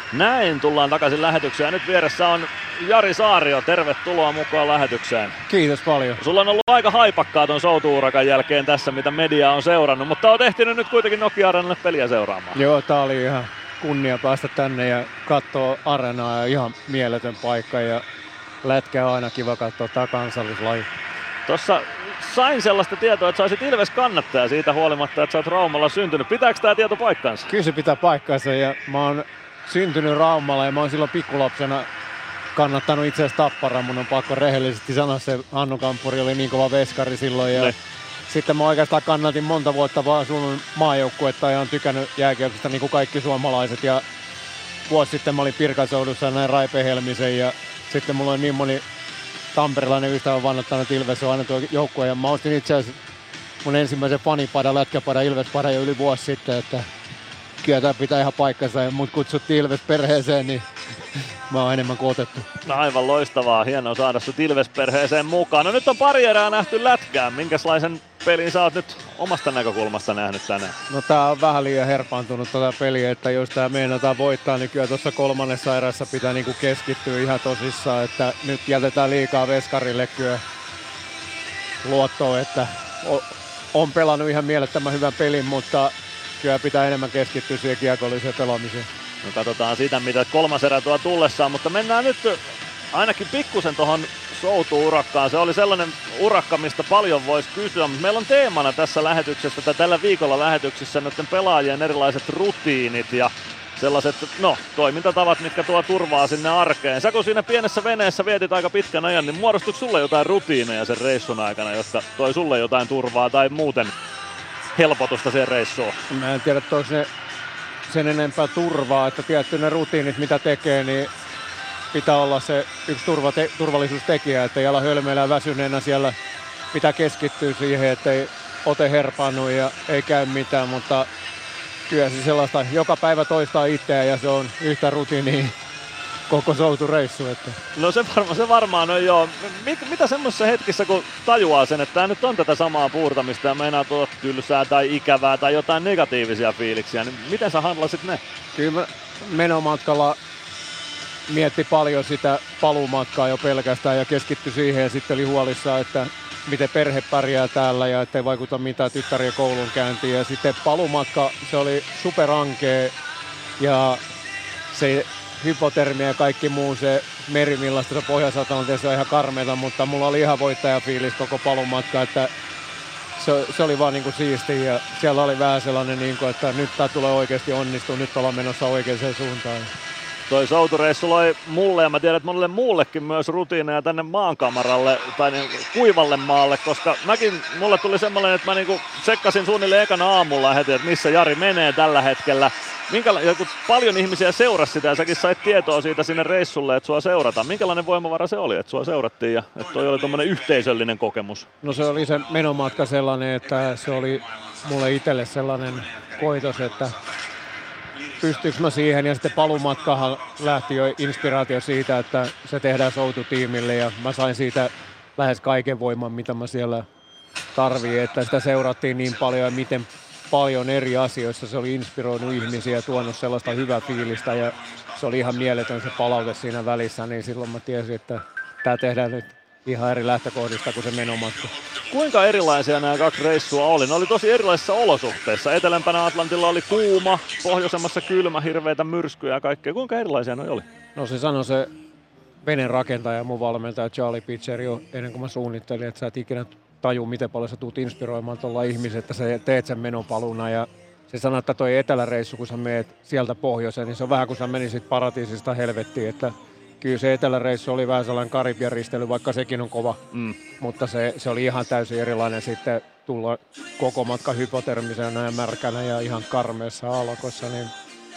Näin tullaan takaisin lähetykseen. Nyt vieressä on Jari Saario. Tervetuloa mukaan lähetykseen. Kiitos paljon. Sulla on ollut aika haipakkaa ton Soutu-urakan jälkeen tässä, mitä media on seurannut, mutta oot ehtinyt nyt kuitenkin Nokia-areenalle peliä seuraamaan. Joo, tää oli ihan kunnia päästä tänne ja katsoa areenaa ja ihan mieletön paikka ja lätkää on aina kiva katsoa tää kansallislaji. Tossa sain sellaista tietoa, että sä olisit Ilves kannattaja siitä huolimatta, että sä oot Raumalla syntynyt. Pitääkö tää tieto paikkansa? Kyllä se pitää paikkansa ja mä oon syntynyt Raumalla ja mä oon silloin pikkulapsena kannattanut itse asiassa Tapparaa. Mun on pakko rehellisesti sanoa, se Hannu Kamppuri oli niin kova veskari silloin ja sitten mä oikeastaan kannatin monta vuotta vaan Suomen maajoukkuetta ja oon tykännyt jääkiekosta niin kuin kaikki suomalaiset ja vuosi sitten mä olin Pirkansoudussa ja näin Raipe Helmisen ja sitten mulla on niin moni tamperilainen ystävä vannottanut, että Ilves on aina tuo joukkue ja mä ostin itse asiassa mun ensimmäisen fanipadan, lätkäpadan, Ilves-padan jo yli vuosi sitten, että kyllä tää pitää ihan paikkansa ja mut kutsuttiin Ilves-perheeseen, niin mä oon enemmän kuin otettu. No aivan loistavaa, hienoa saada sut Ilves-perheeseen mukaan. No nyt on pari erää nähty lätkään. Minkälaisen pelin sä oot nyt omasta näkökulmasta nähnyt tänään? No tää on vähän liian herpaantunut tätä peliä, että jos tää meinataan voittaa, niin kyllä tuossa kolmannessa erässä pitää niinku keskittyä ihan tosissaan, että nyt jätetään liikaa veskarille kyllä luottoa, että on pelannut ihan mielettömän hyvän pelin, mutta kyllä pitää enemmän keskittyä siihen kiekolliseen pelaamiseen. No katsotaan sitä, mitä kolmas erä tuo tullessaan, mutta mennään nyt ainakin pikkusen tuohon Soutu-urakkaan. Se oli sellainen urakka, mistä paljon voisi kysyä, mutta meillä on teemana tässä lähetyksessä tai tällä viikolla lähetyksissä noiden pelaajien erilaiset rutiinit ja sellaiset, toimintatavat, mitkä tuo turvaa sinne arkeen. Sä kun siinä pienessä veneessä vietit aika pitkän ajan, niin muodostuiko sulle jotain rutiineja sen reissun aikana, jotka toi sulle jotain turvaa tai muuten helpotusta siihen reissuun? Mä en tiedä, toiko ne sen enempää turvaa, että tietty ne rutiinit mitä tekee, niin pitää olla se yksi turvallisuustekijä, että ei ala hölmöillä väsyneenä siellä, pitää keskittyä siihen, ettei ote herpaannu ja ei käy mitään, mutta kyllä se sellaista joka päivä toistaa itseään ja se on yhtä rutiinia koko Soutu-reissu. Että. No se varmaan on joo. Mitä semmoisessa hetkissä, kun tajuaa sen, että tämä nyt on tätä samaa puurtamista ja meinaa tulla tylsää tai ikävää tai jotain negatiivisia fiiliksiä, niin miten sä handlasit ne? Kyllä menomatkalla mietti paljon sitä paluumatkaa jo pelkästään ja keskittyi siihen ja sitten oli huolissaan, että miten perhe pärjää täällä ja ettei vaikuta mitään tyttärien koulun käyntiin. Ja sitten paluumatka, se oli superankea ja se hypotermia ja kaikki muu, se meri, millaista se Pohjois-Atlantissa on ihan karmeita, mutta mulla oli ihan voittajafiilis koko paluumatka, että se oli vaan niinku siistiä ja siellä oli vähän sellainen, niinku, että nyt tää tulee oikeasti onnistua, nyt ollaan menossa oikeaan suuntaan. Toi Soutu-reissu loi mulle ja mä tiedän, että monelle muullekin myös rutiineja tänne maankamaralle tai kuivalle maalle, koska mulle tuli semmoinen, että mä niinku tsekkasin suunnilleen ekana aamulla heti, että missä Jari menee tällä hetkellä. Kun paljon ihmisiä seurasi sitä ja säkin sait tietoa siitä sinne reissulle, että sua seurataan. Minkälainen voimavara se oli, että sua seurattiin ja että toi oli tommonen yhteisöllinen kokemus? No se oli se menomatka sellainen, että se oli mulle itselle sellainen koitos, että pystyykö mä siihen ja sitten paluumatkahan lähti jo inspiraatio siitä, että se tehdään Soutu-tiimille ja mä sain siitä lähes kaiken voiman, mitä mä siellä tarvii, että sitä seurattiin niin paljon ja miten paljon eri asioissa se oli inspiroinut ihmisiä ja tuonut sellaista hyvää fiilistä ja se oli ihan mieletön se palaute siinä välissä, niin silloin mä tiesin, että tää tehdään nyt ihan eri lähtökohdista kuin se menomatka. Kuinka erilaisia nämä kaksi reissua oli? Ne oli tosi erilaisissa olosuhteissa. Etelämpänä Atlantilla oli kuuma, pohjoisemmassa kylmä, hirveitä myrskyjä ja kaikkea. Kuinka erilaisia ne oli? No se sanoi se veneen rakentaja, mun valmentaja Charlie Pitcher jo ennen kuin mä suunnittelin, että sä et ikinä taju, miten paljon sä tulet inspiroimaan tuolla ihmisiä, että sä teet sen menopaluna. Ja se sanoi, että toi eteläreissu, kun sä meet sieltä pohjoiseen, niin se on vähän kuin sä menisit paratiisista helvettiin, että kyllä se eteläreissu oli vähän sellainen Karibian ristely, vaikka sekin on kova, mutta se oli ihan täysin erilainen sitten tulla koko matka hypotermisenä ja märkänä ja ihan karmeessa alkossa, niin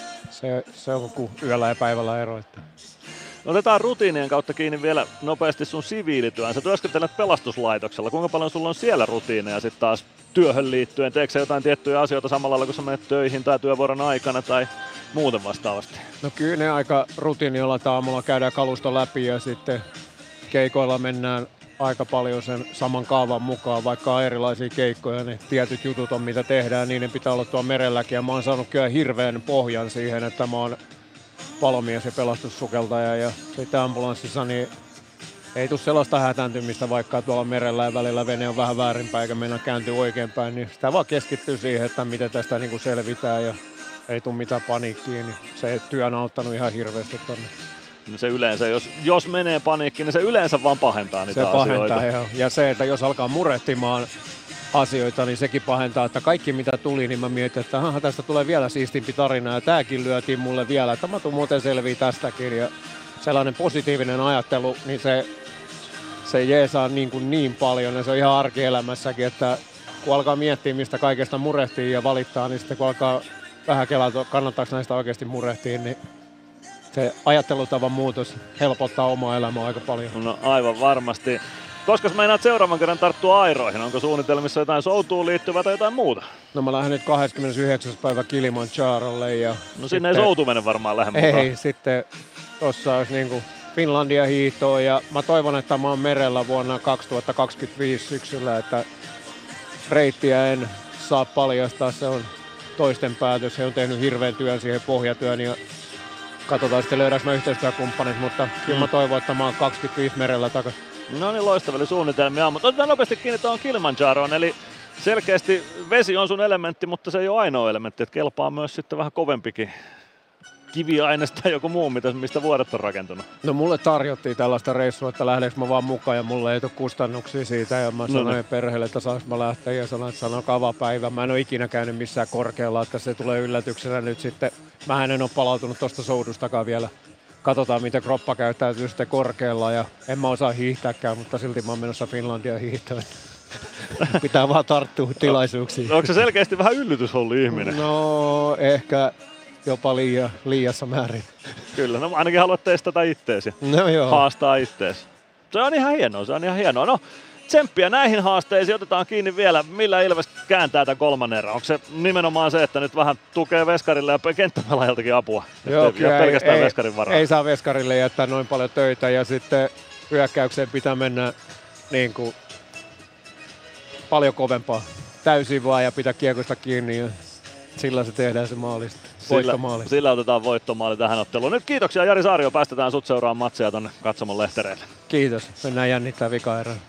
se on kuin yöllä ja päivällä ero. Otetaan rutiinien kautta kiinni vielä nopeasti sun siviilityön. Sä työskentelet pelastuslaitoksella. Kuinka paljon sulla on siellä rutiineja sitten taas työhön liittyen? Teekö sä jotain tiettyjä asioita samalla lailla, kun sä menet töihin tai työvuoron aikana tai muuten vastaavasti? No kyllä ne aika rutiinilla aamulla käydään kalusto läpi ja sitten keikoilla mennään aika paljon sen saman kaavan mukaan, vaikka on erilaisia keikkoja, ne tietyt jutut on mitä tehdään, niin ne pitää olla tuolla merelläkin ja mä oon saanut kyllä hirveän pohjan siihen, että mä oon palomies ja pelastussukeltaja ja sitten ambulanssissa, niin ei tule sellaista hätääntymistä, vaikka tuolla merellä ja välillä vene on vähän väärinpäin eikä mennä kääntyy oikeinpäin, niin sitä vaan keskittyy siihen, että miten tästä niin kuin selvitään ja ei tule mitään paniikkiä, niin se työ on auttanut ihan hirveästi tonne. No se yleensä, jos menee paniikkiin, niin se yleensä vaan pahentaa niitä asioita. Pahentaa, ja se, että jos alkaa murehtimaan asioita, niin sekin pahentaa, että kaikki mitä tuli, niin mä mietin, että tästä tulee vielä siistimpi tarina ja tääkin lyötiin mulle vielä, että mä tuun muuten selviä tästäkin ja sellainen positiivinen ajattelu, niin se jeesaa niin paljon ja se on ihan arkielämässäkin, että kun alkaa miettiä, mistä kaikesta murehtii ja valittaa, niin sitten kun alkaa vähän kelata, kannattaako näistä oikeasti murehtia, niin se ajattelutavan muutos helpottaa omaa elämää aika paljon. No aivan varmasti. Koska meinaat seuraavan kerran tarttua airoihin? Onko suunnitelmissa jotain soutuun liittyvää tai jotain muuta? No mä lähden nyt 29. päivä Kilimanjarolle. Ja no sinne ei soutu mene varmaan lähemmä. Ei, sitten tossa olisi niinku Finlandia hiihtoa ja mä toivon, että mä oon merellä vuonna 2025 syksyllä, että reittiä en saa paljastaa, se on toisten päätös. He on tehnyt hirveän työn siihen pohjatyön ja katsotaan sitten löydäänkö mä yhteistyökumppanit, mutta kyllä mä toivon, että mä oon 25 merellä takaisin. No niin, loistavia suunnitelmia, mutta otetaan nopeasti kiinni tuohon Kilimanjaroon, eli selkeästi vesi on sun elementti, mutta se ei ole ainoa elementti, että kelpaa myös sitten vähän kovempikin kiviaines tai joku muu, mistä vuodet on rakentunut. No mulle tarjottiin tällaista reissua, että lähdekö mä vaan mukaan ja mulle ei tule kustannuksia siitä ja mä sanoin perheelle, että saanko mä lähteä ja sanoin, että sanoin kava päivä. Mä en ole ikinä käynyt missään korkealla, että se tulee yllätyksenä nyt sitten. Mä en ole palautunut tosta soudustakaan vielä. Katsotaan, miten kroppa käyttäytyy sitten korkealla ja en mä osaa hiihtääkään, mutta silti mä oon menossa Finlandia hiihtämään. Pitää vaan tarttua tilaisuuksiin. Onko se selkeästi vähän yllytysholli ihminen? No ehkä jopa liiassa määrin. Kyllä, no ainakin haluat testata itteesi. No joo. Haastaa itteesi. Se on ihan hienoa, No tsemppiä näihin haasteisiin, otetaan kiinni vielä. Millä Ilves kääntää tämän kolmannen erän? Onko se nimenomaan se, että nyt vähän tukee veskarille ja kenttäpelaajaltakin apua? Joo, pelkästään veskarin varaa. Ei saa veskarille jättää noin paljon töitä ja sitten hyökkäykseen pitää mennä niin kuin paljon kovempaa. Täysin vaan ja pitää kiekosta kiinni ja sillä se tehdään se maali. Voittomaali. Sillä otetaan voittomaali tähän otteluun. Nyt kiitoksia Jari Saario, päästetään sut seuraamaan matseja tonne katsomon lehtereille. Kiitos, mennään jännittää vika erään.